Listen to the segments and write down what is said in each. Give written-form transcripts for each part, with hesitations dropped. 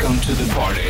Welcome to the party.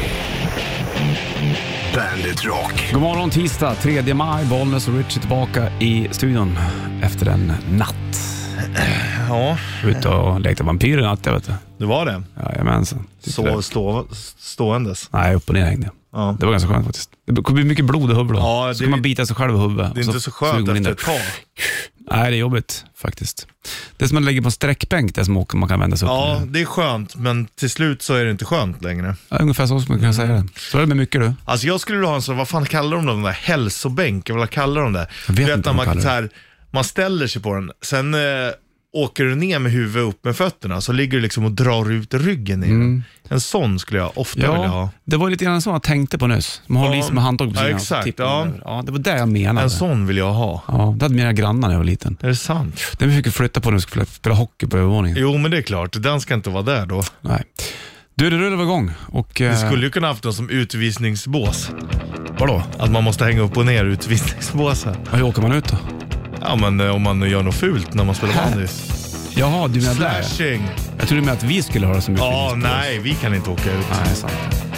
Bandit Rock. God morgon, tisdag 3 maj. Bollnäs och Richie tillbaka i studion efter en natt. Ja. Ute och lekte vampyrer i natt, jag vet du. Det var det? Jajamensan. Ståendes? Nej, upp och ner hängde. Ja. Det var ganska skönt faktiskt. Det blir mycket blod i huvudet. Ja, så kan man bita sig själv i huvudet. Det är inte så skönt efter ett tag. Nej, det är jobbigt faktiskt. Det är som att man lägger på en sträckbänk där som man kan vända sig upp. Ja, det är skönt, men till slut så är det inte skönt längre. Ja, ungefär så som man kan säga det. Så är det med mycket du. Alltså jag skulle vilja ha en sån, vad fan kallar de där? Hälsobänk, vad kallar de det? Jag vet inte vad de kallar det. Man ställer sig på den, sen åker du ner med huvudet upp med fötterna, så ligger du liksom och drar ut ryggen i den. En sån skulle jag ofta vilja ha. Det var lite grann så jag tänkte på nyss. Man har liksom med handtag på sidan. Ja, exakt. Ja, det var det jag menade. En sån vill jag ha. Ja, det hade mina grannar när jag var liten. Är det sant? Den fick flytta på när vi skulle spela hockey på övervåningen. Jo, men det är klart. Den ska inte vara där då. Nej. Du, det rullar igång. Och, Vi skulle ju kunna haft den som utvisningsbås. Vadå? Att man måste hänga upp och ner utvisningsbåsen. Hur åker man ut då? Ja, men om man gör något fult när man spelar bandy. Jaha, du menar där? Slashing. Jag trodde med att vi skulle ha det som utbildningsbås. Ja, nej, vi kan inte åka ut. Nej, sant.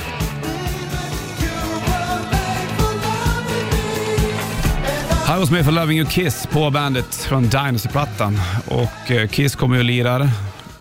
Här hos mig för Loving You Kiss på bandet från Dynasty-plattan. Och Kiss kommer ju och lirar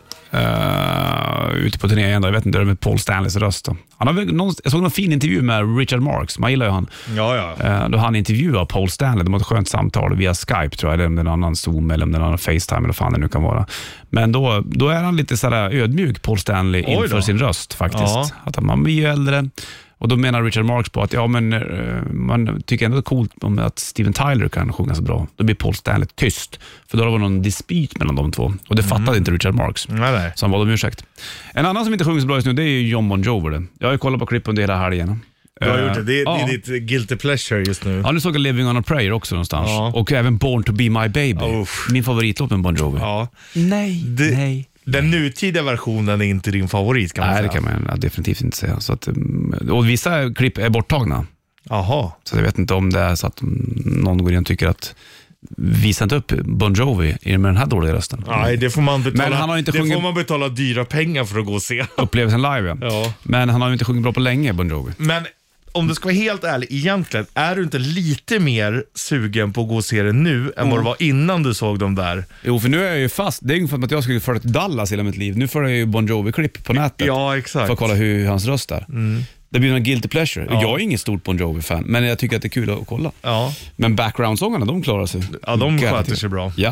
ute på turné igen då. Jag vet inte, det är med Paul Stanleys röst då. Han har väl jag såg någon fin intervju med Richard Marx. Man gillar ju han. Ja. Då han intervjuade Paul Stanley. De hade ett skönt samtal via Skype, tror jag. Eller om det är en annan Zoom eller om det är en annan FaceTime eller vad fan det nu kan vara. Men då är han lite sådär ödmjuk, Paul Stanley, inför sin röst faktiskt. Ja. Att man blir ju äldre. Och då menar Richard Marx på att man tycker ändå det är coolt om att Steven Tyler kan sjunga så bra. Då blir Paul Stanley tyst. För då var det någon dispyt mellan de två. Och det fattade inte Richard Marx. Nej. Så han var om ursäkt. En annan som inte sjunger så bra just nu, det är ju Jon Bon Jovi. Jag har ju kollat på klipp under hela helgen. Du har gjort det. Det är ditt guilty pleasure just nu. Ja, nu såg jag Living on a Prayer också någonstans. Ja. Och även Born to be my baby. Min favoritlåt med Bon Jovi. Ja. Nej. Den nutida versionen är inte din favorit, kan man säga. Nej, det kan man definitivt inte säga. Så att, och vissa klipp är borttagna. Jaha. Så jag vet inte om det är så att någon går in och tycker att visa inte upp Bon Jovi med den här dåliga rösten. Nej, det får man betala. Men han har inte får man betala dyra pengar för att gå och se. Upplevelsen live, ja. Men han har ju inte sjungit bra på länge, Bon Jovi. Men om du ska vara helt ärlig, egentligen är du inte lite mer sugen på att gå och se det nu än vad du var innan du såg dem där? Jo, för nu är jag ju fast. Det är ungefär som att jag skulle följa till Dallas hela mitt liv. Nu får jag ju Bon Jovi-klipp på nätet. Ja, exakt. För att kolla hur hans röst är. Det blir en guilty pleasure. Ja. Jag är ingen stort Bon Jovi-fan, men jag tycker att det är kul att kolla. Ja. Men background-sångarna, de klarar sig. Ja, de sköter sig bra. Ja.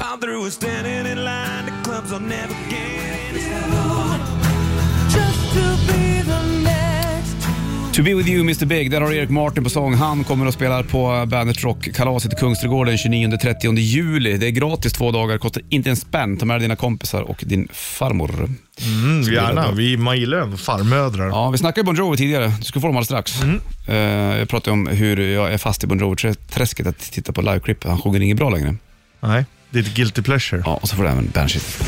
To be with you, Mr. Big. Där har Erik Martin på sång. Han kommer att spela på Bandit Rock-kalaset i Kungsträdgården 29-30 juli. Det är gratis 2 dagar, kostar inte en spänn. Ta med dina kompisar och din farmor. Gärna, man gillar ändå farmödrar. Ja, vi snackade Bon Jovi tidigare. Du ska få dem alldeles strax. Jag pratade om hur jag är fast i Bon Jovi-träsket att titta på liveklipp. Han sjunger inget bra längre. Nej, det är ett guilty pleasure. Ja, och så får du även Banshit.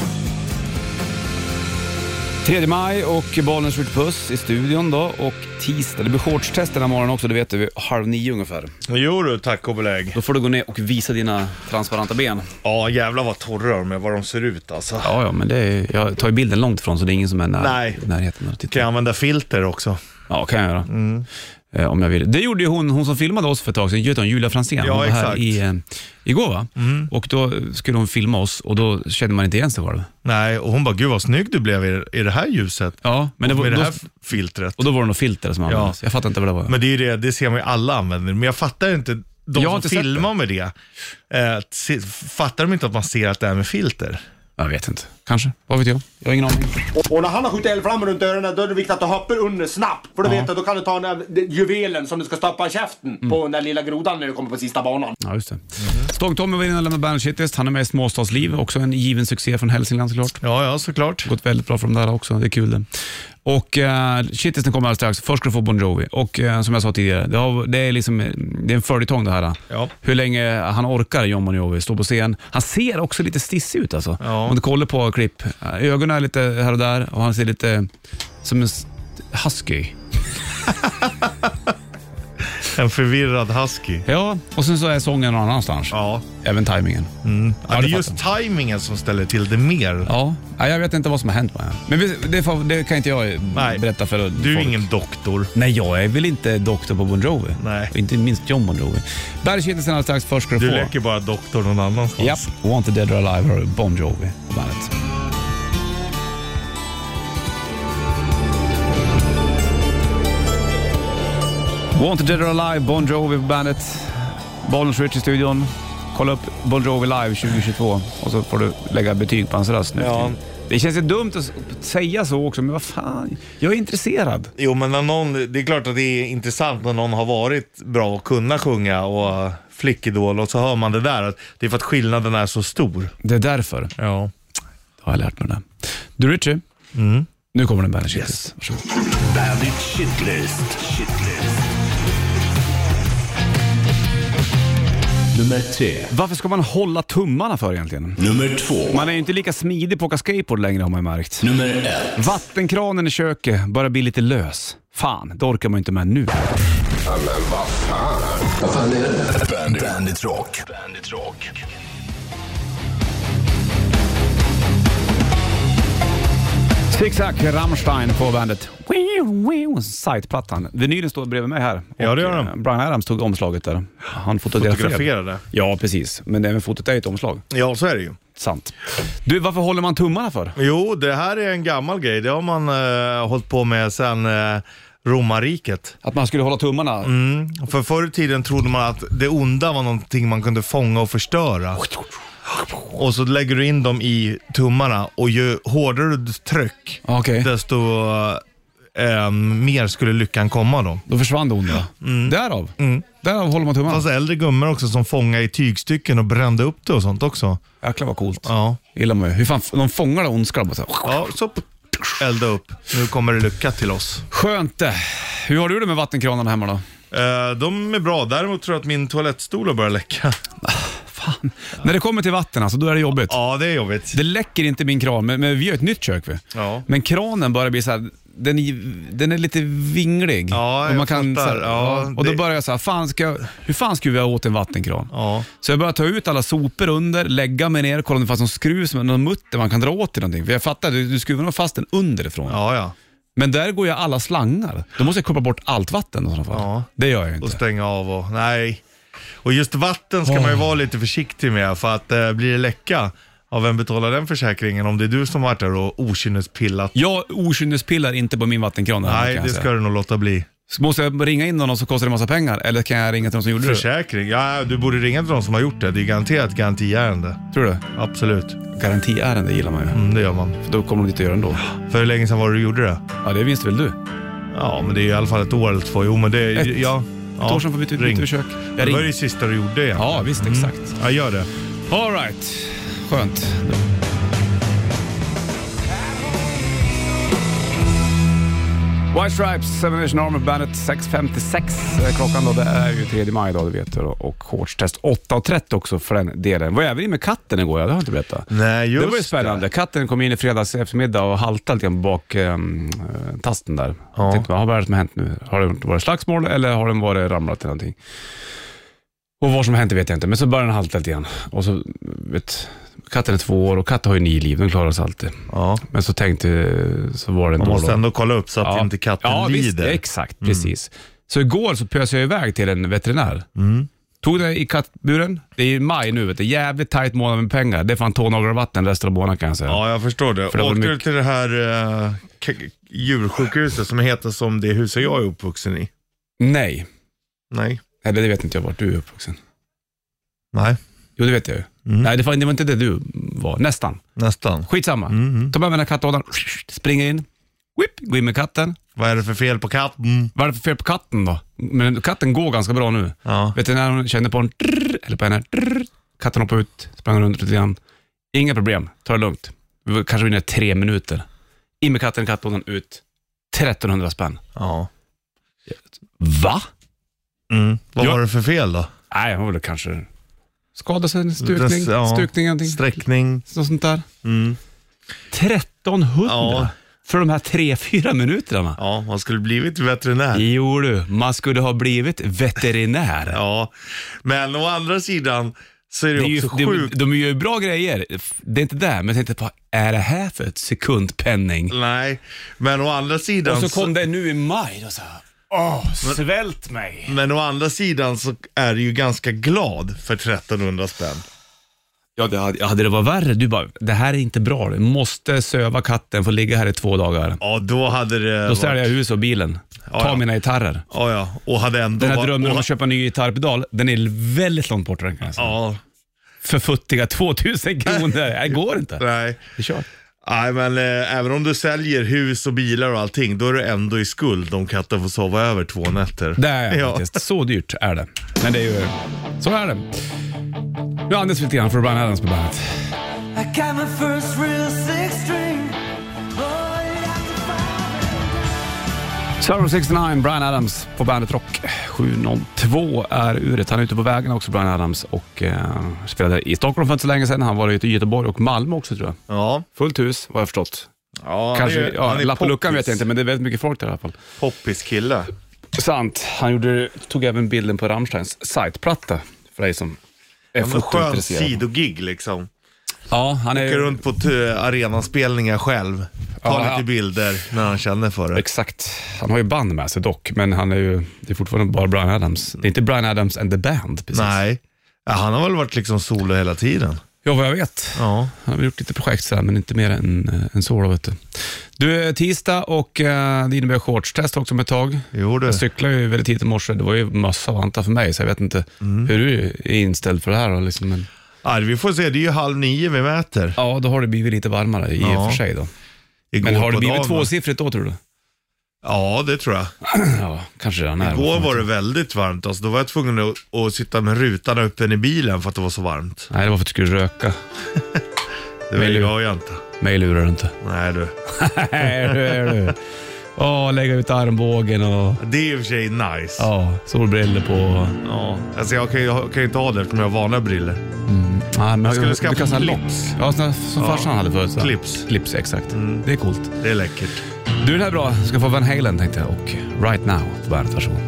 3 maj och Bollnäs skjuter puss i studion då. Och tisdag, det blir shortstest den här morgonen också. Det vet du, 8:30 ungefär. Jo du, tack och belägg. Då får du gå ner och visa dina transparenta ben. Ja, jävlar vad torra de är, vad de ser ut alltså. Ja, men jag tar ju bilden långt ifrån så det är ingen som är närheten. Kan jag använda filter också? Ja, kan jag göra. Om jag vill. Det gjorde ju hon som filmade oss för ett tag sedan, Julia Franzén. Ja, hon var exakt. Här igår va? Och då skulle hon filma oss och då kände man inte igen sig själv. Nej, och hon bara, gud vad snygg du blev i det här ljuset. Ja, men med det här filtret. Och då var det något filter som användes. Jag fattar inte vad det var. Men det är ju det ser man ju alla använder. Men jag fattar inte, de som filmar med det, fattar de inte att man ser att det är med filter? Jag vet inte. Kanske. Vad vet jag? Jag har ingen aning. Och när han har skjutit eldflammor runt öronen, då är det viktigt att du hoppar under snabbt. För du vet att då kan du ta den där juvelen som du ska stoppa i käften på den där lilla grodan när du kommer på sista banan. Ja, just det. Stång-Tommy var inne och lämnade Bandit Shitlist. Han är med i Småstadsliv. Också en given succé från Hälsingland såklart. Ja, såklart. Gått väldigt bra för dem där också. Det är kul det. Och shitlisten kommer alldeles strax. Först ska du få Bon Jovi. Och som jag sa tidigare, det är en följetong det här. Ja. Hur länge han orkar, Jon Bon Jovi, stå på scen. Han ser också lite stissig ut alltså. Ja. Om du kollar på klipp. Ögonen är lite här och där. Och han ser lite som en husky. En förvirrad husky. Ja, och sen så är sången någon annanstans. Ja. Även timingen. Ja, det är just timingen som ställer till det mer. Ja, jag vet inte vad som har hänt med det. Men det kan inte jag berätta för du är folk. Ingen doktor. Nej, jag är väl inte doktor på Bon Jovi. Nej. Inte minst John Bon Jovi. Bergskittelsen alldeles strax, först ska du få. Du leker bara doktor någon annanstans. Japp, Wanted Dead or Alive har Bon Jovi på bandet. Wanted Dead or Alive, Bon Jovi på bandet. Bollnäs Rich i studion. Kolla upp Bon Jovi live 2022 och så får du lägga betyg på hans röst nu. Ja. Det känns ju dumt att säga så också, men vad fan, jag är intresserad. Jo, men när någon, det är klart att det är intressant när någon har varit bra och kunna sjunga och flickidol och så hör man det där. Att det är för att skillnaden är så stor. Det är därför. Ja. Då har jag lärt mig det. Du Richie, nu kommer den Bandit Shitlist. Varsågod. Bandit Shitlist. Nummer 3. Varför ska man hålla tummarna för egentligen? Nummer 2. Man är ju inte lika smidig på att åka skateboard längre, har man märkt. Nummer 1. Vattenkranen i köket börjar bli lite lös. Fan, det orkar man inte med nu. Ja, men vad fan är det? Bandit Rock. Zigzag, Rammstein på bandet. Sightplattan. Vinylen står bredvid mig här. Ja, det gör den. Brian Adams tog omslaget där. Han fotograferade. Ja, precis. Men även fotot är ett omslag. Ja, så är det ju. Sant. Du, varför håller man tummarna för? Jo, det här är en gammal grej. Det har man hållit på med sedan romarriket. Att man skulle hålla tummarna? För förr i tiden trodde man att det onda var någonting man kunde fånga och förstöra. Och så lägger du in dem i tummarna och ju hårdare du tryck, desto mer skulle lyckan komma då. Då försvann det onda. Därav håller man tummarna. Det fanns äldre gummor också som fångade i tygstycken och brände upp det och sånt också. Jäklar vad coolt. Ja. Gillar man ju. Hur fan, de fångar det ondskar bara så. Ja, så elda upp. Nu kommer det lycka till oss. Skönt det. Hur har du det med vattenkranarna hemma då? De är bra. Däremot tror jag att min toalettstol har börjat läcka. Fan. När det kommer till vatten alltså, då är det jobbigt. Ja, det är jobbigt. Det läcker inte min kran, men vi har ett nytt kök. Ja. Men kranen börjar bli så här, den är lite vinglig. Ja, och man kan fattar. så här, Ja, och då börjar jag så här, hur fan ska vi ha åt en vattenkran? Ja. Så jag börjar ta ut alla sopor under, lägga mig ner, kolla om det fanns någon skruv som någon mutter man kan dra åt till någonting. För jag fattar, du skruvar nog fast den underifrån. Ja. Men där går ju alla slangar. Då måste jag koppla bort allt vatten i sådana fall. Ja. Det gör jag inte. Och stänga av och nej. Och just vatten ska man ju vara lite försiktig med, för att blir det läcka, av vem betalar den försäkringen om det är du som varit där och okynnespillat? Jag okynnespillar inte på min vattenkran. Nej, det ska du nog låta bli. Måste jag ringa in någon och så kostar det en massa pengar? Eller kan jag ringa till någon som gjorde Försäkring? Ja, du borde ringa till någon som har gjort det. Det är garanterat garantiärende. det? Tror du? Absolut. Garantiärende gillar man ju. Det gör man. För då kommer de dit och gör ändå. För hur länge sedan var det du gjorde det? Ja, det minns väl du? Ja, men det är i alla fall ett år eller två. Jo, men det är... Ett år sedan får vi byta kök. Det var det sista du gjorde egentligen. Ja, visst, exakt. Ja, gör det. All right. Skönt. White Stripes, Seven Nation Army Bandet 6.56 klockan då, det är ju 3 maj då, du vet, och shortstest 8.30 också för den delen. Var jag även in med katten igår? Det har jag inte berättat. Nej, just det var ju spännande. Det. Katten kom in i fredags eftermiddag och haltade lite bak tasten där. Ja. Jag tänkte, vad är det som har hänt nu? Har det varit slagsmål eller har den varit ramlat eller någonting? Och vad som har hänt vet jag inte, men så började den halta lite igen. Och så, katten är 2 år och katten har ju 9 liv, den klarar sig alltid. Ja. Men så så var det ändå. Man måste ändå kolla upp så att inte katten lider. Visst, exakt, precis. Så igår så pösade jag iväg till en veterinär. Tog det i kattburen. Det är maj nu, vet du. Jävligt tajt månad med pengar. Det är fan tånaglar och vatten resten av månaden, kan jag säga. Ja, jag förstår det. Åkte du till det här djursjukhuset som heter som det huset jag är uppvuxen i? Nej. Eller det vet inte jag vart du är uppvuxen. Nej. Jo, det vet jag ju. Nej, det var inte det du var. Nästan. Skitsamma. Ta med den här kattlådan. Springer in. Gå in med katten. Vad är det för fel på katten? Vad är det för fel på katten då? Men katten går ganska bra nu. Ja. Vet du när hon kände på en eller på henne. Katten hoppade ut. Sprang runt lite grann. Inga problem. Ta det lugnt. Vi var kanske inne 3 minuter. In med katten, kattlådan ut. 1300 spänn. Ja. Va? Vad var det för fel då? Nej, hon ville kanske skada sig, stukning någonting. Sträckning. Sånt där. 1300? Ja, för de här 3-4 minuterna. Ja, man skulle blivit veterinär. Jo du, man skulle ha blivit veterinär. Ja, men å andra sidan så är det Det är också ju, sjukt. de gör ju bra grejer. Det är inte där, men jag tänkte, vad är det här för ett sekundpenning? Nej, men å andra sidan Och så kom det nu i maj och så här, svält mig. Men å andra sidan så är du ju ganska glad för 1300 spänn. Ja, hade det varit värre, du bara, det här är inte bra. Du måste söva katten, få ligga här i 2 dagar. Ja, då hade det Då säljer jag hus och bilen. Ta mina gitarrer. Ja, och hade ändå... Den här drömmen om att köpa en ny gitarrpedal, den är väldigt långt bort, kan jag säga. Ja, För futtiga 2000 kronor. Det går inte. nej. Det kör. Nej, men även om du säljer hus och bilar och allting, då är du ändå i skuld om katten får sova över 2 nätter. Det är faktiskt. Så dyrt är det. Men det är ju... Så är det. Nu andas vi lite grann för Bryan Adams på bandet. I got my first real 6-string. Sorrow 69, Bryan Adams på Bandet Rock. 702 är uret. Han är ute på vägen också, Bryan Adams, och spelade i Stockholm för inte så länge sedan. Han var i Göteborg och Malmö också, tror jag. Ja. Fullt hus, vad jag förstått. Ja, Kanske, han är lapp och luckan poppis. vet jag inte, men det är väldigt mycket folk där i alla fall. Poppis kille. Sant. Han tog även bilden på Rammsteins sajtplatta, för dig som är En skön fotointresserad. sidogig liksom. Ja, han Åker är... runt på arenaspelningar själv. Tar Ja, lite bilder när han känner för det. Exakt. Han har ju band med sig dock, men han är ju, det är fortfarande bara Bryan Adams. Det är inte Bryan Adams and the Band, precis. Nej, ja, han har väl varit liksom solo hela tiden. Ja, vad jag vet. Ja. Han har gjort lite projekt sådär, men inte mer än så, vet du. Du, tisdag och det innebär shortstest också om ett tag. Jo, det. Jag cyklade ju väldigt tidigt i morse. Det var ju massa vantar för mig, så jag vet inte hur du är inställd för det här då, liksom. Men... Ja, vi får se, det är ju 8:30 vi mäter. Ja, då har det blivit lite varmare i och för sig då. Igår Men har det på blivit dagen. 2-siffrigt då, tror du? Ja, det tror jag. Ja, kanske redan är. Igår var det väldigt varmt. Alltså, då var jag tvungen att sitta med rutan öppen i bilen för att det var så varmt. Nej, det var för att du skulle röka. Det vill jag inte. Mig lurar du inte. Nej du. Nej, du. Lägga ut armbågen och... Det är i och för sig nice. Ja, solbriller på. Ja. Alltså jag kan ju inte ha det eftersom jag har vanliga briller. Ja, men Jag skulle du skaffa kan såna clips. Ja, såna som farsan hade förut. Så. Clips. Clips, exakt. Det är coolt. Det är läckert. Du, den här är bra. Ska få Van Halen, tänkte jag. Och Right Now på bandet. Varsågod.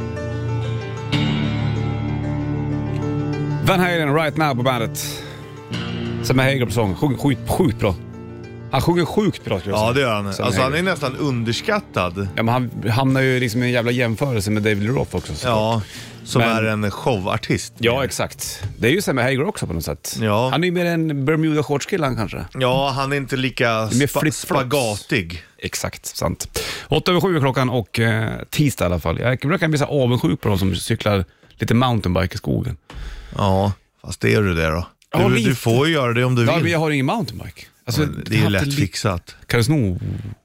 Van Halen, Right Now på bandet. Som är Hager på sång. Sjukt bra. Han sjunger sjukt bra, skulle jag säga. Ja, det gör han. Som Alltså Hager. han är nästan underskattad. Ja, men han hamnar ju liksom i en jävla jämförelse med David Lee Roth också. Så. Ja, som Men- är en showartist. Ja, exakt. Det är ju Sammy Hager också på något sätt. Ja. Han är ju mer en Bermuda shortskillan kanske. Ja, han är inte lika mer flip-flops. spagatig. Exakt, sant. 8:07 klockan och tisdag i alla fall. Jag brukar bli så avundsjuk på de som cyklar lite mountainbike i skogen. Ja, fast det är du det då. Ja, Du lite. får ju göra det om du Ja, vill. men jag har ingen mountainbike. Alltså, Men det är jag ju har lätt inte fixat. Kan du sno?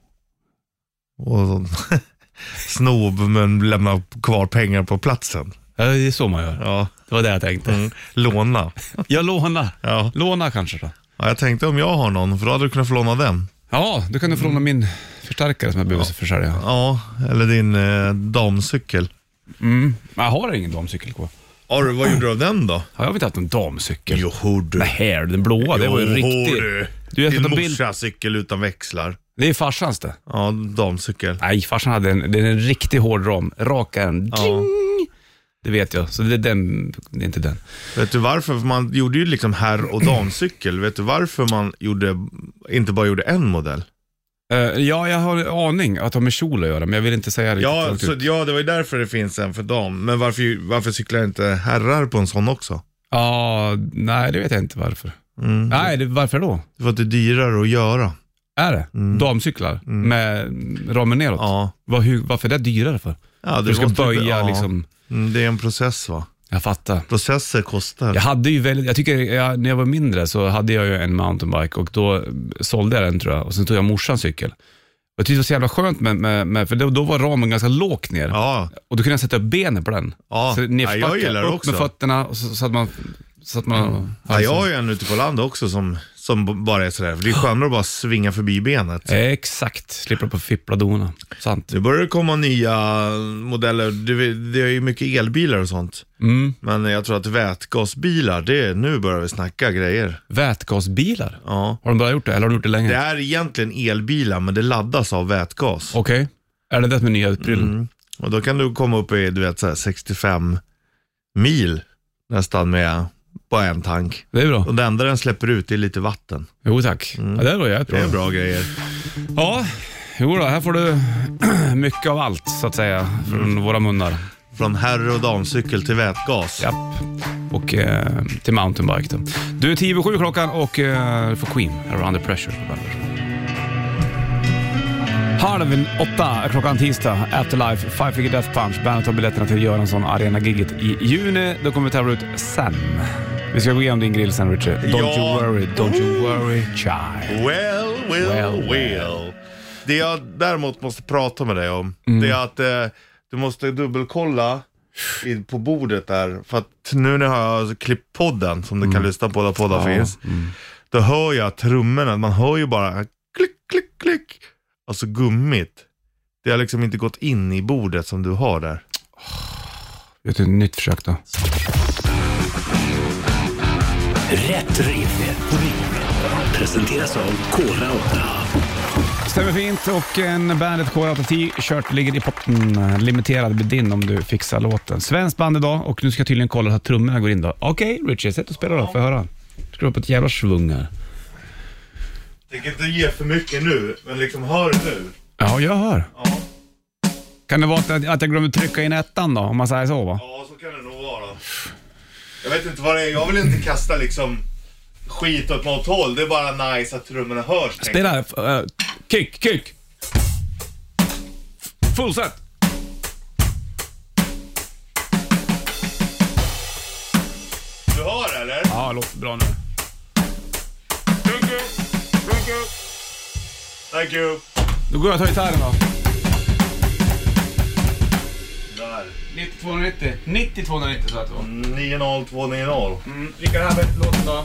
Och så, snob men lämna kvar pengar på platsen. Ja, det är så man gör. Ja. Det var det jag tänkte. Låna. Jag låna. Ja. Låna kanske då. Ja, jag tänkte om jag har någon, för då hade du kunnat få låna den. Ja, du kan du få låna min förstärkare som jag behöver försälja. Ja, eller din damcykel. Men jag har ingen damcykel kvar. Ja, vad gjorde du av den då? Har jag inte haft en damcykel? Jo, du. Nej, den blåa, det var ju riktigt. Du, jag ska Din ta bild. morsacykel utan växlar. Det är farsans det. Ja, damcykel. Nej, farsan hade det är en riktigt hård ram. Rakaren. Ja. Det vet jag, så det är inte den. Vet du varför? För man gjorde ju liksom herr- och damcykel. Vet du varför man inte bara gjorde en modell? Ja, jag har en aning att ha med kjol att göra, men jag vill inte säga det Ja, riktigt så, ut. ja, det var ju därför det finns en för dam. Men varför cyklar inte herrar på en sån också? Ja, nej, det vet jag inte varför. Nej, varför då? För att det är dyrare att göra. Är det? Damcyklar med ramen neråt? Ja. Varför är det dyrare för? Ja, Du ska måste- böja ja. liksom. Det är en process va? Jag fattar. Processer kostar. Jag hade ju väldigt, när jag var mindre så hade jag ju en mountainbike och då sålde jag den tror jag och sen tog jag morsans cykel. Jag tyckte det var så jävla skönt för då var ramen ganska lågt ner. Ja, Och då kunde jag sätta upp benen på den. Ja. Så nerför Ja, jag backen, gillar det upp också. med fötterna och så att man ja, jag har ju en ute på landet också som som bara är sådär. För det är skönare att bara svinga förbi benet. Exakt, slipper på fippla dona. Sant. Nu börjar det komma nya modeller. Det är ju mycket elbilar och sånt. Men jag tror att vätgasbilar, nu börjar vi snacka grejer. Vätgasbilar? Ja. Har de bara gjort det eller har de gjort det länge? Det är egentligen elbilar, men det laddas av vätgas. Okej. Är det med nya utprylen? Och då kan du komma upp i, du vet, så här 65 mil nästan med bara en tank. Det är bra. Och det enda den släpper ut är lite vatten. Jo tack. Ja, det var jättebra. Det är bra grejer. Ja, jo då, här får du mycket av allt så att säga från våra munnar. Från herr- och damcykel till vätgas. Japp. Och till mountainbike då. Du är 10:07 klockan och för Queen är Under Pressure på bandet. 7:08 är klockan tisdag. Afterlife, Five Finger Death Punch. Bandet har biljetterna till Göransson Arena-gigget i juni. Då kommer vi tävla ut sen. Vi ska gå igenom din grill sen, Richard. Don't you worry, child. Well. Det jag däremot måste prata med dig om, det är att du måste dubbelkolla på bordet där. För att nu när jag har klippt podden, som du kan lyssna på där poddar finns, då hör jag trummorna. Man hör ju bara klick, klick, klick. Alltså gummit. Det har liksom inte gått in i bordet som du har där. Vet du, ett nytt försök då. Rätt riff. Presenteras av Kora 8. Stämmer fint och en Bandet Kora 8 t-shirt ligger i potten. Limiterad med din om du fixar låten. Svenskt band idag och nu ska jag tydligen kolla att trummorna går in då. Okej, Richard, sätt och spela då, för höra. Ska upp ett jävla svung här. Jag tänker inte ge för mycket nu, men liksom hör nu. Ja, jag hör. Ja. Kan det vara att jag glömmer trycka in ettan då, om man säger så va? Ja, så kan det nog vara. Jag vet inte vad det är, jag vill inte kasta liksom skit åt något håll. Det är bara nice att trummorna hörs. Spela, kick. Full set. Du hör eller? Ja, det låter bra nu. Thank you. Då går jag och tar gitarren då. Där. 90-290. 90-290 så att det var. 90290. Vilka här med låten då?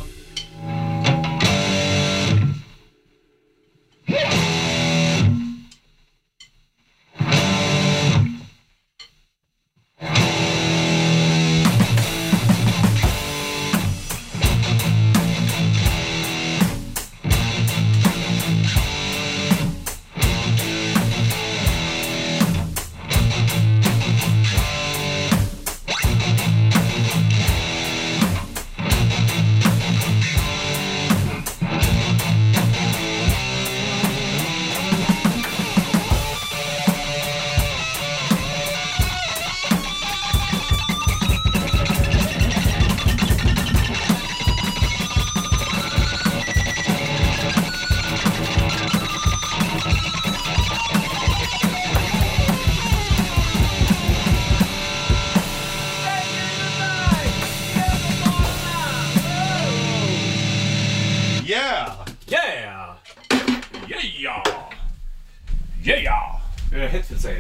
Hur är det Hetfield säger?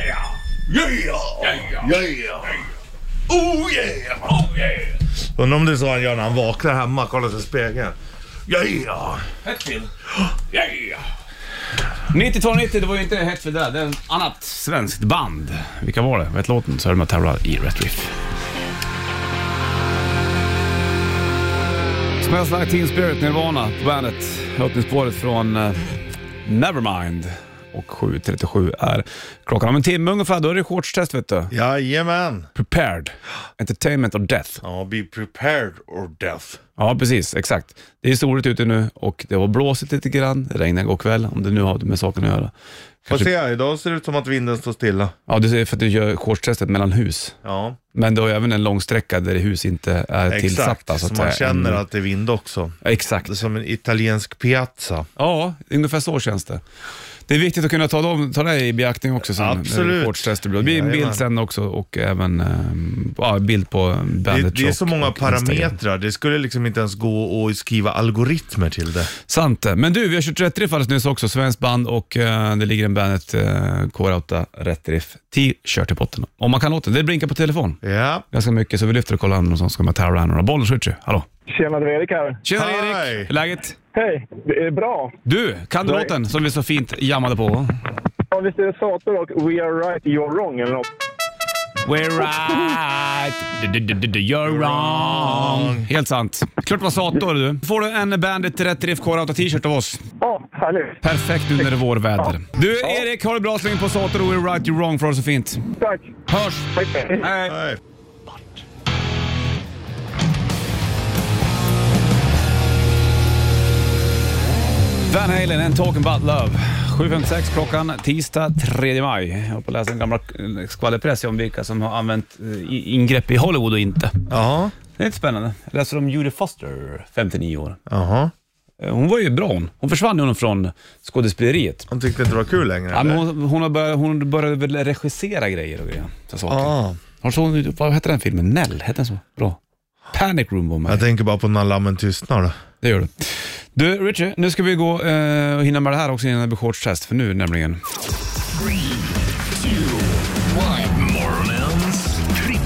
Oh yeah. Undrar om det är så han gör när han vaknar hemma, kollar sig i spegeln. Hetfield? 9290, det var ju inte Hetfield där. Det är ett annat svenskt band. Vilka var det? Vet låten så är de att tävlar i Rätt Riff. Smells Like Teen Spirit, Nirvana på bandet. Öppningsspåret från Nevermind. Och 7:37 är klockan. Om en timme ungefär, då är det shortstest, vet du. Jajamän. Prepared. Entertainment or death. Ja, be prepared or death. Ja, precis. Exakt. Det är soligt ute nu och det var blåsigt lite grann. Det regnade igår kväll, om det nu har med saken att göra. Får se, idag ser det ut som att vinden står stilla. Ja, det är för att du gör shortstestet mellan hus. Ja. Men du har även en lång sträcka där hus inte är tillsatta. Så att man känner att det är vind också. Exakt. Det är som en italiensk piazza. Ja, ungefär så känns det. Det är viktigt att kunna ta det i beaktning också sen. Absolut. Det blir en bild sen också och även bild på bandet. Det är så många parametrar. Det skulle liksom inte ens gå att skriva algoritmer till det. Sant. Men du, vi har kört Rätt Riff alldeles nyss också. Svensk band och det ligger en bandet Kora 8 Rätt Riff t-shirt i potten. Om man kan låta det blinkar på telefon. Ja. Ganska mycket, så vi lyfter och kollar någon som ska med Tara och bollen switcher. Hallå. Tjena, det är Erik här. Tjena Hej. Erik, hur är läget? Hej, det är bra. Du, kan du Nej. låten som vi så fint jammade på? Ja, visst är det Sator och We Are Right, You're Wrong eller något? We're right, you're wrong. Helt sant. Klart var Sator du. Får du en Bandit Rätt Riff K-Rauta t-shirt av oss. Ja, härligt. Perfekt nu när det är vårväder. Du Erik, har du bra släng på Sator och We're right, you're wrong för oss så fint. Tack. Hörs. Tack. Hej. Nej. Van Halen and Talking About Love. 7.56 klockan, tisdag 3 maj. Jag har på läsa en gamla skvallerpress om vilka som har använt ingrepp i Hollywood och inte. Jaha. Det är lite spännande. Jag läser om Judy Foster, 59 år. Jaha. Hon var ju bra hon. Hon försvann ju från skådespeleriet. Hon tyckte inte det var kul längre. Ja, men hon började väl regissera grejer och grejer. Så vad hette den filmen? Nell, hette den så? Bra. Panic Room var med. Jag tänker bara på när lammen tystnar. Det gör du. Du, Richie, nu ska vi gå och hinna med det här också innan det blir shortstest. För nu nämligen... 3, 2, 1. Morgonens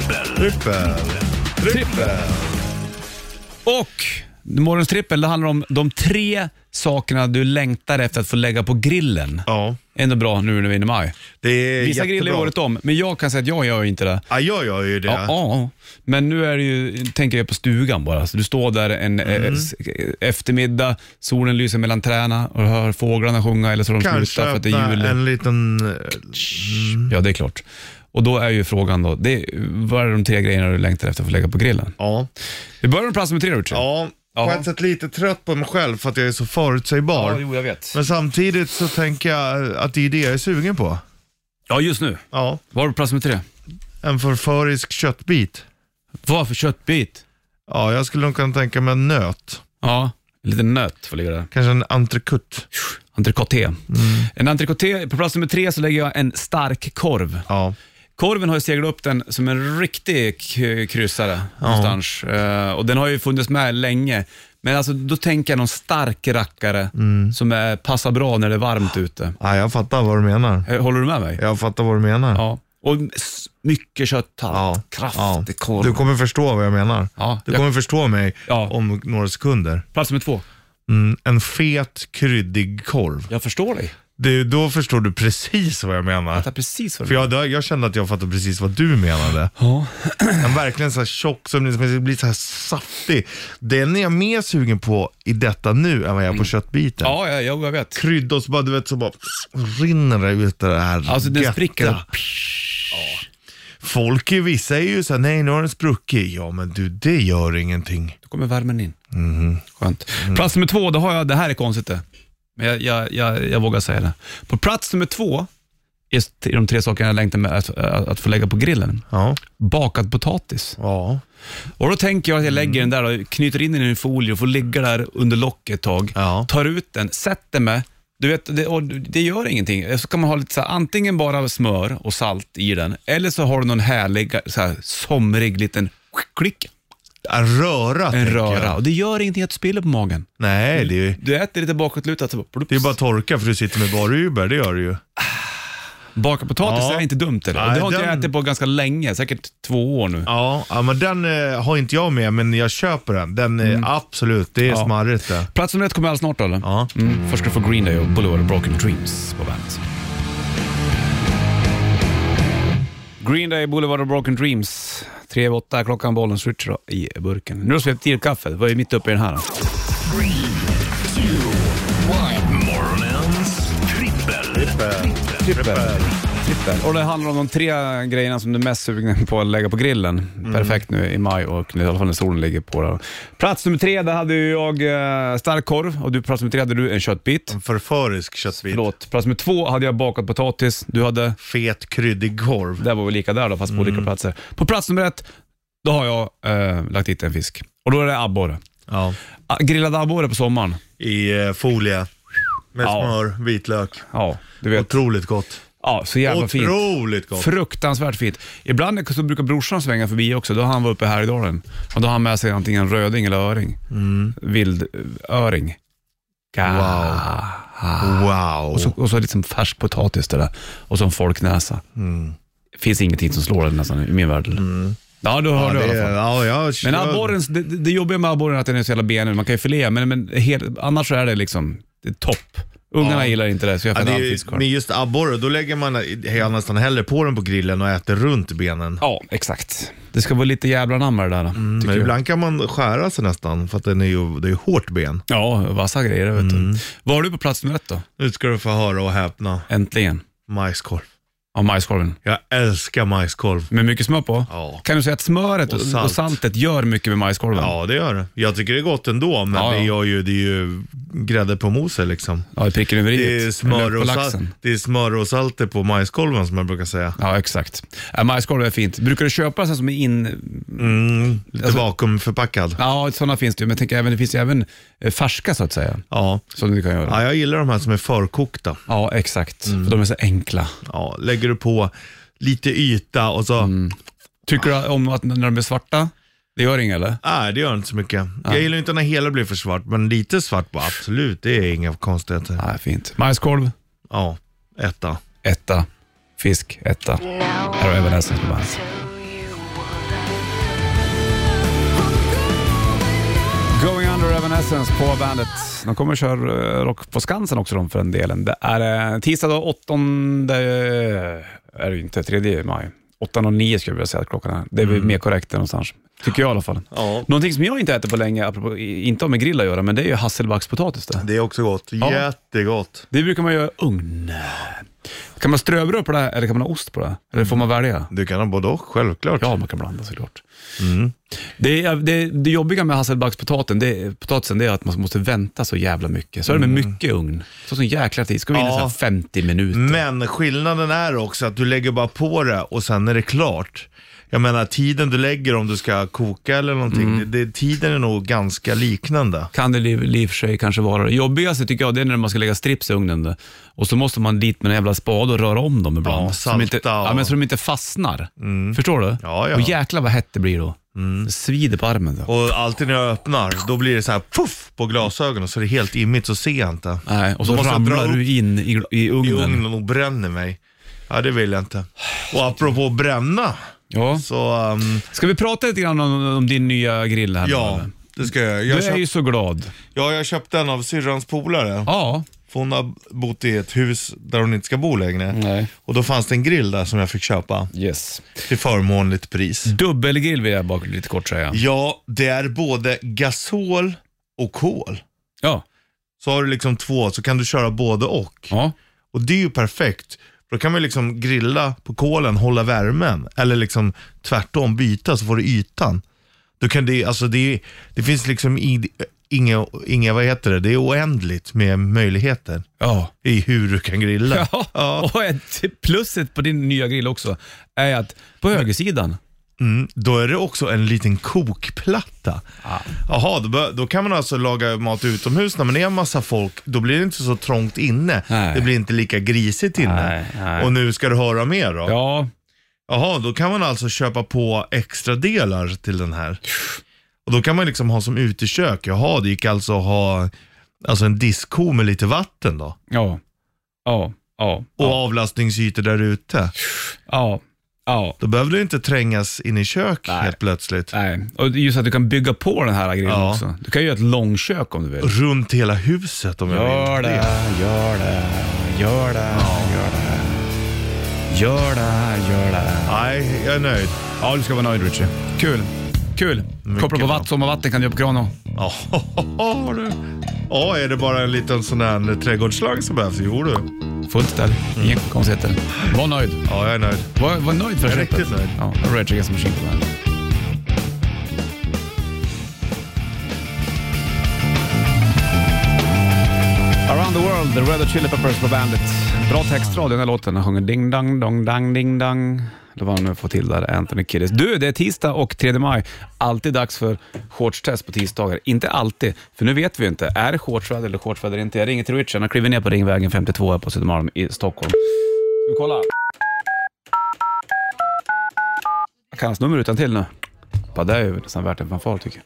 trippel. Och morgonens trippel, det handlar om de 3 sakerna du längtar efter att få lägga på grillen. Ja. Ändå bra nu när vi är inne i maj. Det är Vissa jättebra. grillar året om, men jag kan säga att jag gör inte det. Ja, jag gör ju det. Ja. Men nu är det ju, tänker jag på stugan bara. Så du står där en eftermiddag, solen lyser mellan träna och du hör fåglarna sjunga eller så de Kanske slutar för att det är jul. en liten... Ja, det är klart. Och då är ju frågan då, vad är de 3 grejerna du längtar efter att få lägga på grillen? Ja. Vi börjar med plats med 3, Richard. Ja, på ett sätt lite trött på mig själv för att jag är så förutsägbar. Ja, jo, jag vet. Men samtidigt så tänker jag att det är det jag är sugen på. Ja, just nu. Ja. Vad har du plats med 3? En förförisk köttbit. Vad för köttbit? Ja, jag skulle nog kunna tänka mig en nöt. Ja, en liten nöt får ligga där. Kanske en entrecote. Entrecoté. En entrecoté, på plats nummer 3 så lägger jag en stark korv. Ja. Korven har ju seglat upp den som en riktig kryssare någonstans. Och den har ju funnits med länge. Men alltså, då tänker jag någon stark rackare som passar bra när det är varmt ute. Ja, jag fattar vad du menar. Håller du med mig? Jag fattar vad du menar. Ja. Och mycket kötthalt. Ja. Kraftig korv. Du kommer förstå vad jag menar. Ja, Du kommer förstå mig Ja. om några sekunder. Plats nummer 2. En fet, kryddig korv. Jag förstår dig. Då förstår du precis vad jag menar. Jag tar precis vad För du jag kände att jag fattade precis vad du menade. Ja. En verkligen så här tjock som blir så här saftig. Den är jag mer sugen på i detta nu än vad jag är på köttbiten. Ja, jag vet. Krydda och så bara, du vet, så bara rinner det ut det här. Alltså den götta. spricker. Folk i vissa är ju så här, nej nu har den spruckit. Ja men du, det gör ingenting. Då kommer värmen in. Skönt. Plats nummer 2, då har jag, det här är konstigt det. Men jag vågar säga det. På plats nummer 2 är de 3 sakerna jag längtar med att få lägga på grillen. Ja. Bakad potatis. Ja. Och då tänker jag att jag lägger den där och knyter in den i en folie och får ligga där under locket ett tag. Ja. Tar ut den, sätter mig. Du vet, det gör ingenting. Så kan man ha lite så här, antingen bara smör och salt i den, eller så har du någon härlig så här, somrig liten klick. En röra. En tänker röra. jag. Och det gör ingenting att du spiller på magen. Nej, Du äter lite bakåtlutat. det är bara torka för du sitter med bara Uber, det gör du ju. Baka potatis Ja. är inte dumt eller? Nej, Det har inte jag den- ätit på ganska länge, säkert 2 år nu. Ja, men den har inte jag med, men jag köper den. Den absolut, det är Ja. smarrigt det. Plats nummer 1 kommer alldeles snart eller? Ja. Först ska du få Green Day och Boulevard of Broken Dreams på bandet. Green Day, Boulevard of Broken Dreams. 3:08 klockan, bollen switcher i burken. Nu har du släppt till kaffe, vad är mitt uppe i den här? 3, 2, 1. Morgonens trippel. Trippel. Och det handlar om de 3 grejerna som du är mest sugen på att lägga på grillen. Perfekt nu i maj och i alla fall när solen ligger på det. Plats nummer 3, där hade jag stark korv. Och plats nummer 3 hade du en köttbit. En förförisk köttbit. Förlåt. Plats nummer 2 hade jag bakad potatis. Du hade... Fet, kryddig korv. Det var väl lika där då, fast på olika platser. På plats nummer 1, då har jag lagt hit en fisk. Och då är det abborre. Ja. Grillad abborre på sommaren. I folie. Med Ja. smör, vitlök. Ja, du vet. Otroligt gott. Ja, så jävla fint. Otroligt gott. Fruktansvärt fint. Ibland så brukar brorsan svänga förbi också. Då har han varit uppe här i dalen. Och då har han med sig antingen röding eller öring. Vildöring. Wow. Och så liksom färsk potatis det där. Och så en folknäsa. Finns ingenting som slår det nästan i min värld. Ja, du hör det i alla fall. Ja, jag Men abborren, det jobbiga med abborren är att den är så jävla benig. Man kan ju filea, men annars så är det liksom det är topp. Ungarna gillar inte det, så jag får en fiskkorv. Men just abborre, då lägger man nästan hellre på den på grillen och äter runt benen. Ja, exakt. Det ska vara lite jävla namn det där. Men ibland kan man skära sig nästan, för att det är ju hårt ben. Ja, vassa grejer, vet du. Vad har du på plats nummer 1 då? Nu ska du få höra och häpna. Äntligen. Majskorv. Ja, majskorven. Jag älskar majskorv. Med mycket smör på? Ja. Kan du säga att smöret och saltet gör mycket med majskorven? Ja, det gör det. Jag tycker det är gott ändå, men det är ju grädde på moset liksom. Ja, det prickar över det är smör och salt på majskolven som jag brukar säga. Ja, exakt. Majskolv är fint. Brukar du köpa så som är lite vakuumförpackad? Ja, sådana finns det ju. Men jag tänker, det finns ju även färska så att säga. Ja. Som du kan göra. Ja, jag gillar de här som är förkokta. Ja, exakt. För de är så enkla. Ja, lägger du på lite yta och så... Tycker du om att när de är svarta? Det gör inget eller? Nej, det gör inte så mycket. Jag gillar inte när hela blir för svart, men lite svart på absolut, det är inga konstigheter. Nej, fint. Majskolv? Ja, 1. Fisk, 1. Här har Evanescence på bandet. Going Under Evanescence på bandet. De kommer att köra rock på Skansen också för den delen. Det är tisdag då, 8:e är det inte, 3 maj. 8:09 skulle jag vilja säga att klockan är. Det är mer korrekt någonstans. Tycker jag i alla fall. Ja. Någonting som jag inte äter på länge, apropå, inte har med grill att göra, men det är ju hasselbackspotatis det. Det är också gott, jättegott. Det brukar man göra i ugn. Kan man ströbröd på det eller kan man ha ost på det? Eller får man välja? Du kan ha både och, självklart. Ja, man kan blanda såklart. Det jobbiga med hasselbackspotatisen det är att man måste vänta så jävla mycket. Så är det med mycket ugn. Så jäkla tid. Ska vi in i så här 50 minuter. Men skillnaden är också att du lägger bara på det och sen är det klart. Jag menar, tiden du lägger om du ska koka eller någonting, tiden är nog ganska liknande. Kan det i och för sig kanske vara. Det jobbigaste tycker jag det är när man ska lägga strips i ugnen. Och så måste man dit med en jävla spad och röra om dem ibland. Ja, salta. Men så de inte fastnar. Förstår du? Ja. Och jäklar vad hett det blir då. Det svider på armen då. Och alltid när jag öppnar, då blir det så här puff på glasögonen, så det är helt immigt, så ser jag inte. Nej, och så ramlar du in i ugnen. I ugnen och bränner mig. Ja, det vill jag inte. Och apropå bränna. Ja. Så, ska vi prata lite grann om din nya grill här? Ja, det ska jag. Du är ju så glad. Ja, jag köpte den av syrrans polare. Ja. För hon har bott i ett hus där hon inte ska bo längre. Nej. Och då fanns det en grill där som jag fick köpa. Yes. Till förmånligt pris. Dubbelgrill vill jag bara lite kort säga. Ja, det är både gasol och kol. Ja. Så har du liksom 2, så kan du köra både och. Ja. Och det är ju perfekt. Då kan man liksom grilla på kolen, hålla värmen. Eller liksom tvärtom byta, så får du ytan. Då kan det finns liksom inga vad heter det? Det är oändligt med möjligheter. Ja. I hur du kan grilla. Ja. Och pluset på din nya grill också är att på högersidan då är det också en liten kokplatta. Jaha, då kan man alltså laga mat utomhus när man är en massa folk. Då blir det inte så trångt inne. Nej. Det blir inte lika grisigt inne. Nej. Och nu ska du höra mer då. Ja. Jaha, då kan man alltså köpa på extra delar till den här. Och då kan man liksom ha som utekök. Jaha, det gick alltså att ha en diskko med lite vatten då. Ja. Och avlastningsytor där ute. Ja. Då behöver du inte trängas in i kök helt plötsligt. Nej, och just att du kan bygga på den här grillen också. Du kan göra ett långkök om du vill. Runt hela huset om jag vill. Gör det. Nej, jag är nöjd. Ja, du ska vara nöjd, Richie. Kul. Koppla på sommarvatten kan du göra på kranen. Ja, är det bara en liten sån här trädgårdsslang som behövs? Jo du. Fullt ställ. Inga konstigheter. Var nöjd. Ja, jag är nöjd. Var nöjd för jag är riktigt nöjd. Ja, Rage Against the Machine på bandet. Around the World, The Red Hot Chili Peppers på bandet. Bra textrad i den här låten. Han sjunger ding dang dong dang ding dang. Det var han nu får till där, Anthony Kiedis. Du, det är tisdag och 3 maj. Alltid dags för shortstest på tisdagar. Inte alltid, för nu vet vi ju inte. Är det shortsväder eller shortsväder inte? Jag ringer till Richard. Han kliver ner på Ringvägen 52 här på Södermalm i Stockholm. Ska vi kolla? Jag kan hans nummer utan till nu. Bara det är ju nästan värt en fanfar tycker jag.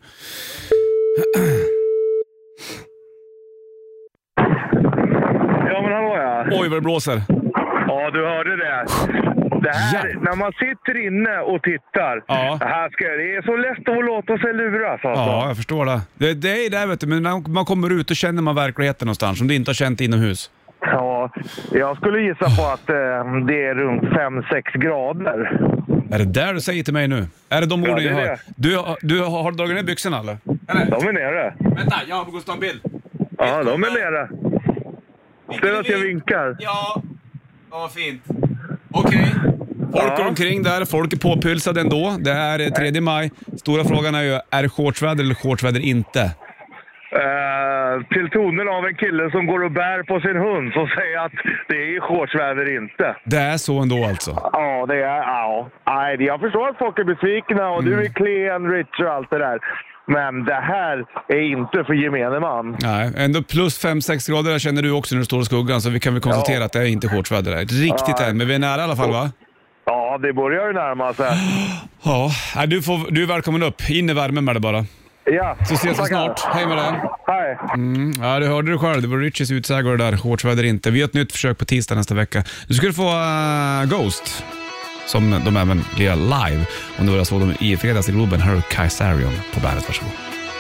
Ja, men hallå ja. Oj, vad det blåser. Ja, du hörde det. Det här, när man sitter inne och tittar, det är så lätt att låta sig luras alltså. Ja, jag förstår det. Det är det, vet du, men när man kommer ut och känner man verkligheten någonstans, som du inte har känt inomhus. Ja, jag skulle gissa på att det är runt 5-6 grader. Är det där du säger till mig nu? Är det de orden jag hör? Du har dragit ner byxorna eller? De är nere. Vänta, jag måste ta en bild. Ja, de är nere. Ställ att jag vinkar. Ja, vad fint. Okej. Folk går omkring där, folk är påpylsade ändå. Det är 3 maj. Stora frågan är ju, är det shortsväder eller shortsväder inte? Till tonen av en kille som går och bär på sin hund så säger att det är shortsväder inte. Det är så ändå alltså? Ja, det är, Nej, jag förstår att folk är besvikna och du är klen, rich och allt det där. Men det här är inte för gemene man. Nej, ändå plus 5-6 grader där känner du också när du står i skuggan, så vi kan väl konstatera att det är inte shortsväder där. Riktigt än, men vi är nära i alla fall, va? Ja, det börjar ju närma sig. Ja, du är välkommen upp. In i värmen med det bara. Ja. Så ses vi snart. Hej med dig. Hej. Ja, det hörde du själv. Det var Richies utsägare där. Shortsväder inte. Vi har ett nytt försök på tisdag nästa vecka. Du skulle få Ghost, som de även blir live. Om du var så dem i fredags i Globen. Här är Kaisarion på bandet. Varsågod.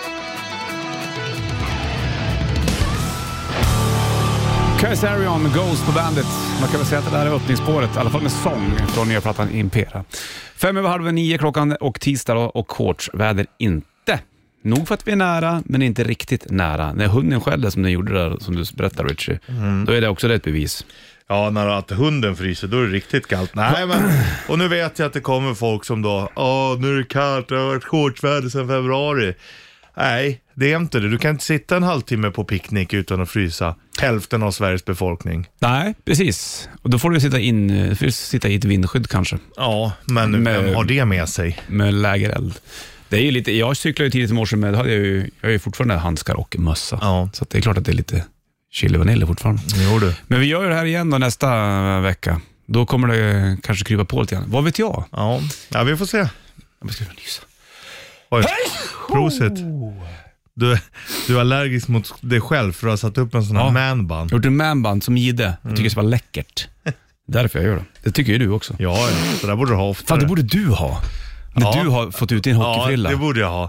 Kaisarion, Ghost på bandet. Man kan väl säga att det här är öppningsspåret, i alla fall med sång från nya plattan Impera. 8:05 klockan och tisdag och shortsväder inte. Nog för att vi är nära, men inte riktigt nära. När hunden skällde som den gjorde där, som du berättade, Richie, då är det också ett bevis. Ja, när att hunden fryser, då är det riktigt kallt. Nej, men, och nu vet jag att det kommer folk som då, nu är det kallt, det har varit shortsväder sedan februari. Nej, det är inte det. Du kan inte sitta en halvtimme på picknick utan att frysa. Hälften av Sveriges befolkning. Nej, precis. Och då får du sitta i ett vindskydd kanske. Ja, men vem har det med sig? Med lägereld. Det är ju lite, jag cyklar ju tidigt i morse med, jag har ju fortfarande handskar och mössa. Ja. Så att det är klart att det är lite chili vanilj fortfarande. Jo, du. Men vi gör ju det här igen då nästa vecka. Då kommer det kanske krypa på lite grann. Vad vet jag? Ja, vi får se. Jag ska nysa. Oj, prosit. Du är allergisk mot dig själv för att ha satt upp en sån här manband. Jag har gjort en manband som Gide. Jag tycker det var läckert. Därför jag gör det. Det tycker ju du också. Ja, så där borde du ha ofta. Fan, det borde du ha. När du har fått ut din hockeyfrilla. Ja, det borde jag ha.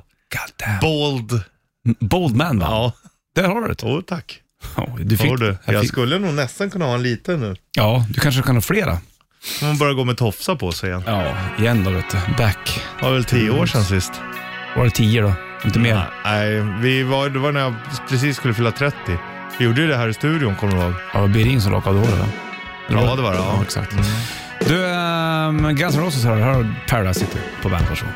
Bold manband. Ja. Där har du det. Tack. Du fick, jag skulle nog nästan kunna ha en liten nu. Ja, du kanske kan ha flera. Man börjar gå med tofsa på sig igen. Ja, igen då vet du. Back. Det var väl 10 år sedan sist. Var det 10 då? Inte mer? Nej, det var när jag precis skulle fylla 30. Vi gjorde ju det här i studion, kommer du ihåg? Ja, det blir ring som rakade håret då. Ja, det var det. Ja, exakt. Du, Guns N' Roses här har Paradise City på bandet. Varsågod.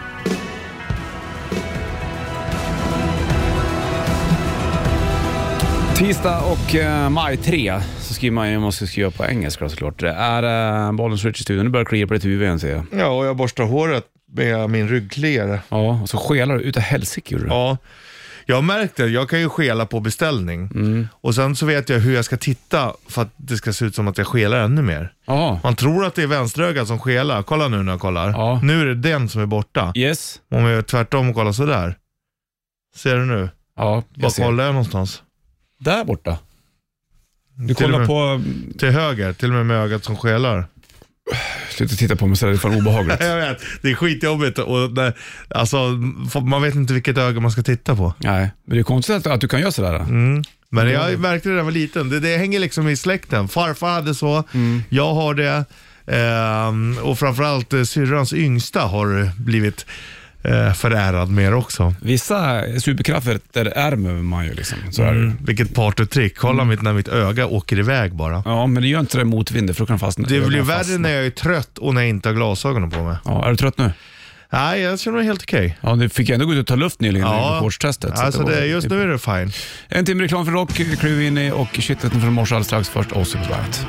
Tisdag och maj 3 så skriver man ju, måste skriva på engelska såklart. Det är Bollens Rich i studion. Nu börjar klia på ditt huvud igen, ser jag. Ja, och jag borstar håret med min ryggkliare. Ja, och så skelar du utav helsike, gjorde du. Ja, jag märkte att jag kan ju skela på beställning. Och sen så vet jag hur jag ska titta för att det ska se ut som att jag skelar ännu mer. Aha. Man tror att det är vänsterögat som skelar. Kolla nu när jag kollar. Ja. Nu är det den som är borta. Yes. Om jag gör tvärtom och kollar så där. Ser du nu? Ja, jag ser. Var kollar jag någonstans? Där borta. Du kollar på... Till höger, till och med ögat som skelar. Sluta titta på mig så är det fan obehagligt. Jag vet, det är skitjobbigt och alltså, man vet inte vilket öga man ska titta på. Nej, men det är konstigt att du kan göra sådär. Men jag märkte det när jag var liten. Det hänger liksom i släkten. Farfar hade så, jag har det. Och framförallt syrrans yngsta har blivit förärad mer också. Vissa superkrafter ärmer man ju liksom. Så är det. Vilket partytrick. Kolla när mitt öga åker iväg bara. Ja, men det gör inte det motvind, för då kan fastna. Det blir värre när jag är trött och när jag inte har glasögonen på mig. Ja, är du trött nu? Nej, jag känner mig helt okej. Ja, du fick ändå gå ut och ta luft nyligen i shortstestet. Alltså just nu är det fine. En timme reklam för rock, kliver in i och shitleten från morse alldeles strax. Först Ozzy på bandet.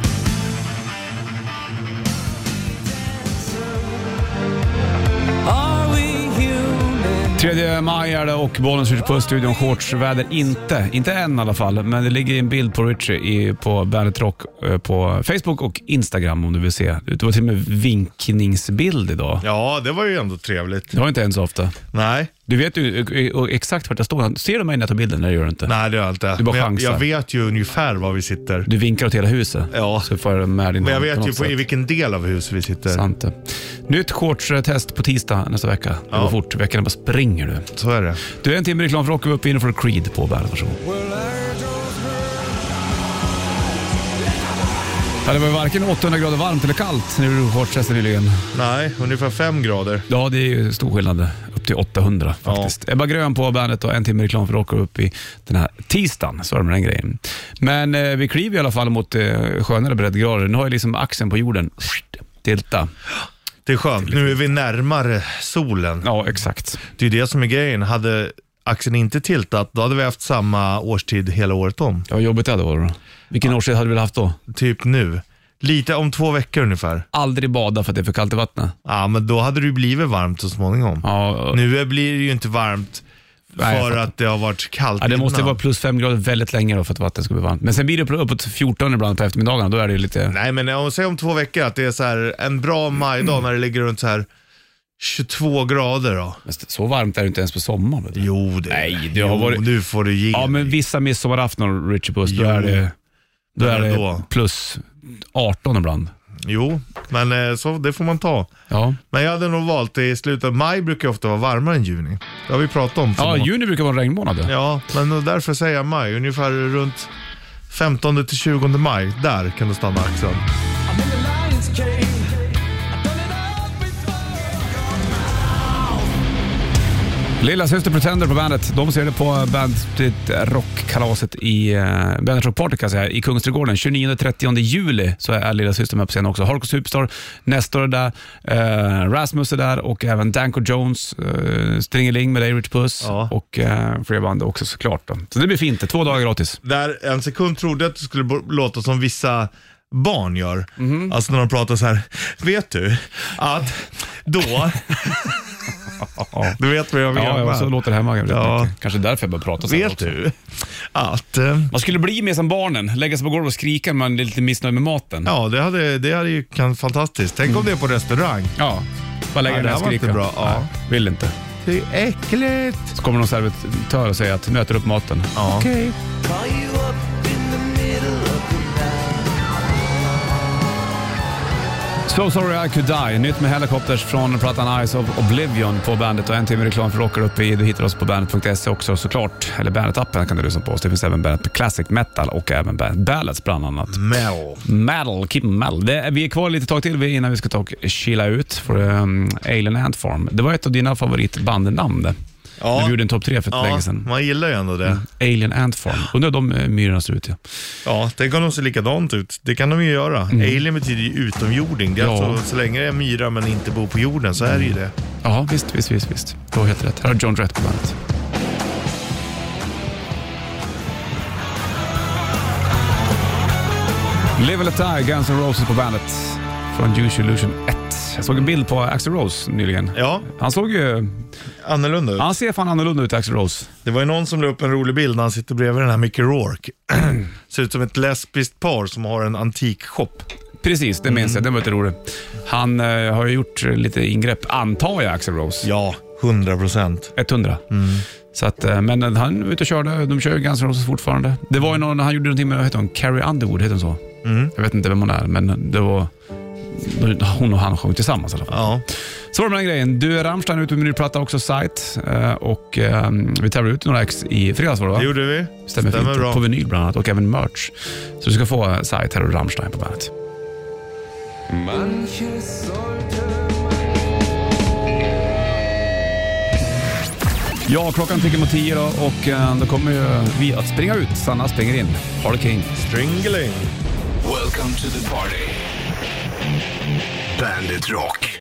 Are we human 3 maj är det och Bollnäs Richie Puss studion. Shortsväder inte än i alla fall, men det ligger en bild på Richie på Bandet Rock på Facebook och Instagram om du vill se. Det var till och med vinkningsbild idag. Ja, det var ju ändå trevligt. Det var inte ens så ofta. Nej. Du vet ju exakt vart jag står. Ser du mig när jag tar bilden? Nej, det gör du inte. Nej, det gör jag inte. Du bara men chansar. jag vet ju ungefär var vi sitter. Du vinkar åt hela huset. Ja. Så får jag med din Men jag hand vet ju i vilken del av huset vi sitter. Sant. Nytt shortstest på tisdag nästa vecka. Det går fort. Veckan bara springer du. Så är det. Du är en timme reklam för rock och upp in för Creed på Bandet. Varsågod. Ja, det var varken 800 grader varmt eller kallt när du shortstestade nyligen. Nej, ungefär 5 grader. Ja, det är ju stor skillnad. Upp till 800 faktiskt. Ebba Grön på Bandet och en timme reklam för rock och upp i den här tisdagen. Så är det med den grejen. Men vi kliver i alla fall mot skönare breddgrader. Nu har ju liksom axeln på jorden tilta. Det är skönt. Nu är vi närmare solen. Ja, exakt. Det är det som är grejen. Hade axeln inte tiltat, då hade vi haft samma årstid hela året om. Ja, jobbigt det var då. Vilken årstid hade du väl haft då? Typ nu. Lite om 2 veckor ungefär. Aldrig bada för att det är för kallt i vattnet. Ja, men då hade det ju blivit varmt så småningom. Ja, Nu blir det ju inte varmt för att det har varit kallt ja, det måste innan. vara plus 5 grader väldigt länge då för att vattnet ska bli varmt. Men sen blir det uppåt 14 ibland på eftermiddagarna. Då är det ju lite... Nej, men om säg om 2 veckor att det är så här en bra majdag när det ligger runt så här 22 grader då. Men så varmt är det inte ens på sommaren. Vet du? Jo, det Nej, det har varit... nu får du ge. Ja, men vissa midsommarafton, Richie Puss, då är det plus 18 ibland. Jo, men så det får man ta. Ja. Men jag hade nog valt det i slutet av maj, brukar ofta vara varmare än juni. Det har vi pratat om. Ja, juni brukar vara en regnmånad. Ja, men därför säger jag maj. Ungefär runt 15 till 20 maj. Där kan du stanna axeln. Lilla syster Pretender på Bandet. De ser det på Bandet Rockkalaset i Bandet Rock Party kan jag säga, i Kungsträdgården. 29-30 juli så är Lilla syster med på scen också. Hardcore Superstar, Nestor är där, Rasmus är där och även Danko Jones, Stringeling med dig, Rich Puss och fler band också såklart. Då. Så det blir fint, 2 dagar gratis. Där en sekund trodde att det skulle låta som vissa barn gör. Alltså när de pratar så här. Vet du att då... Du vet vad jag menar. Ja, så låter det hemma. Ja. Kanske därför jag börjar prata så. Vet du att... Man skulle bli med som barnen, lägga sig på golvet och skrika när man är lite missnöjd med maten. Ja, det hade ju fantastiskt. Tänk om det är på restaurang. Ja, bara lägga där och skrika. Bra. Ja. Nej, vill inte. Det är äckligt. Så kommer någon servitör och säger att nu äter upp maten. Ja. Okej. So Sorry I Could Die. Nytt med Helicopters från plattan Eyes of Oblivion på Bandet och en timme reklam för rockar uppe i. Du hittar oss på bandet.se också såklart. Eller Bandet-appen kan du lyssna på oss. Det finns även Bandet Classic Metal och även Bandet Ballads bland annat. Metal, keep metal. Vi är kvar lite tag till innan vi ska ta och chilla ut för Alien Ant Farm. Det var ett av dina favoritbandnamn det. Ja. Vi gjorde en topp 3 för ett länge sedan. Man gillar ju ändå det. Alien Ant Farm. Undrar de myrorna ser ut. Ja, det kan de se likadant ut. Det kan de ju göra. Alien betyder ju utomjording. Det är alltså så länge det är myra men inte bor på jorden så är det ju det. Ja, visst. Då helt rätt. Här har John Jett på bandet. Live and Die, Guns N' Roses på bandet. Från Use Illusion 1. Jag såg en bild på Axl Rose nyligen. Ja. Han såg ju... Annorlunda ut. Han ser fan annorlunda ut, Axl Rose. Det var ju någon som la upp en rolig bild när han sitter bredvid den här Mickey Rourke. Ser ut som ett lesbiskt par som har en antik shop. Precis, det minns jag. Det var lite roligt. Han har ju gjort lite ingrepp, antar jag, Axl Rose. Ja, 100%. 100. Så att, men han var ute och körde. De kör ju Guns N' Roses fortfarande. Det var ju någon, han gjorde någonting med, vad heter hon? Carrie Underwood heter hon så. Jag vet inte vem hon är, men det var... Hon och han sjöng tillsammans i alla fall. Ja. Så var det med den grejen. Du är Rammstein ute med min platta också, Sight. Och vi tävlar ut några ex i fredags, var det va? Det gjorde vi. Stämmer fint. Bra. På vinyl bland annat och även merch. Så du ska få Sight här och Rammstein på bandet. Ja, klockan tickar mot 10 då, och då kommer ju vi att springa ut. Sanna springer in. Harley King. Stringling. Welcome to the party. Bandit Rock.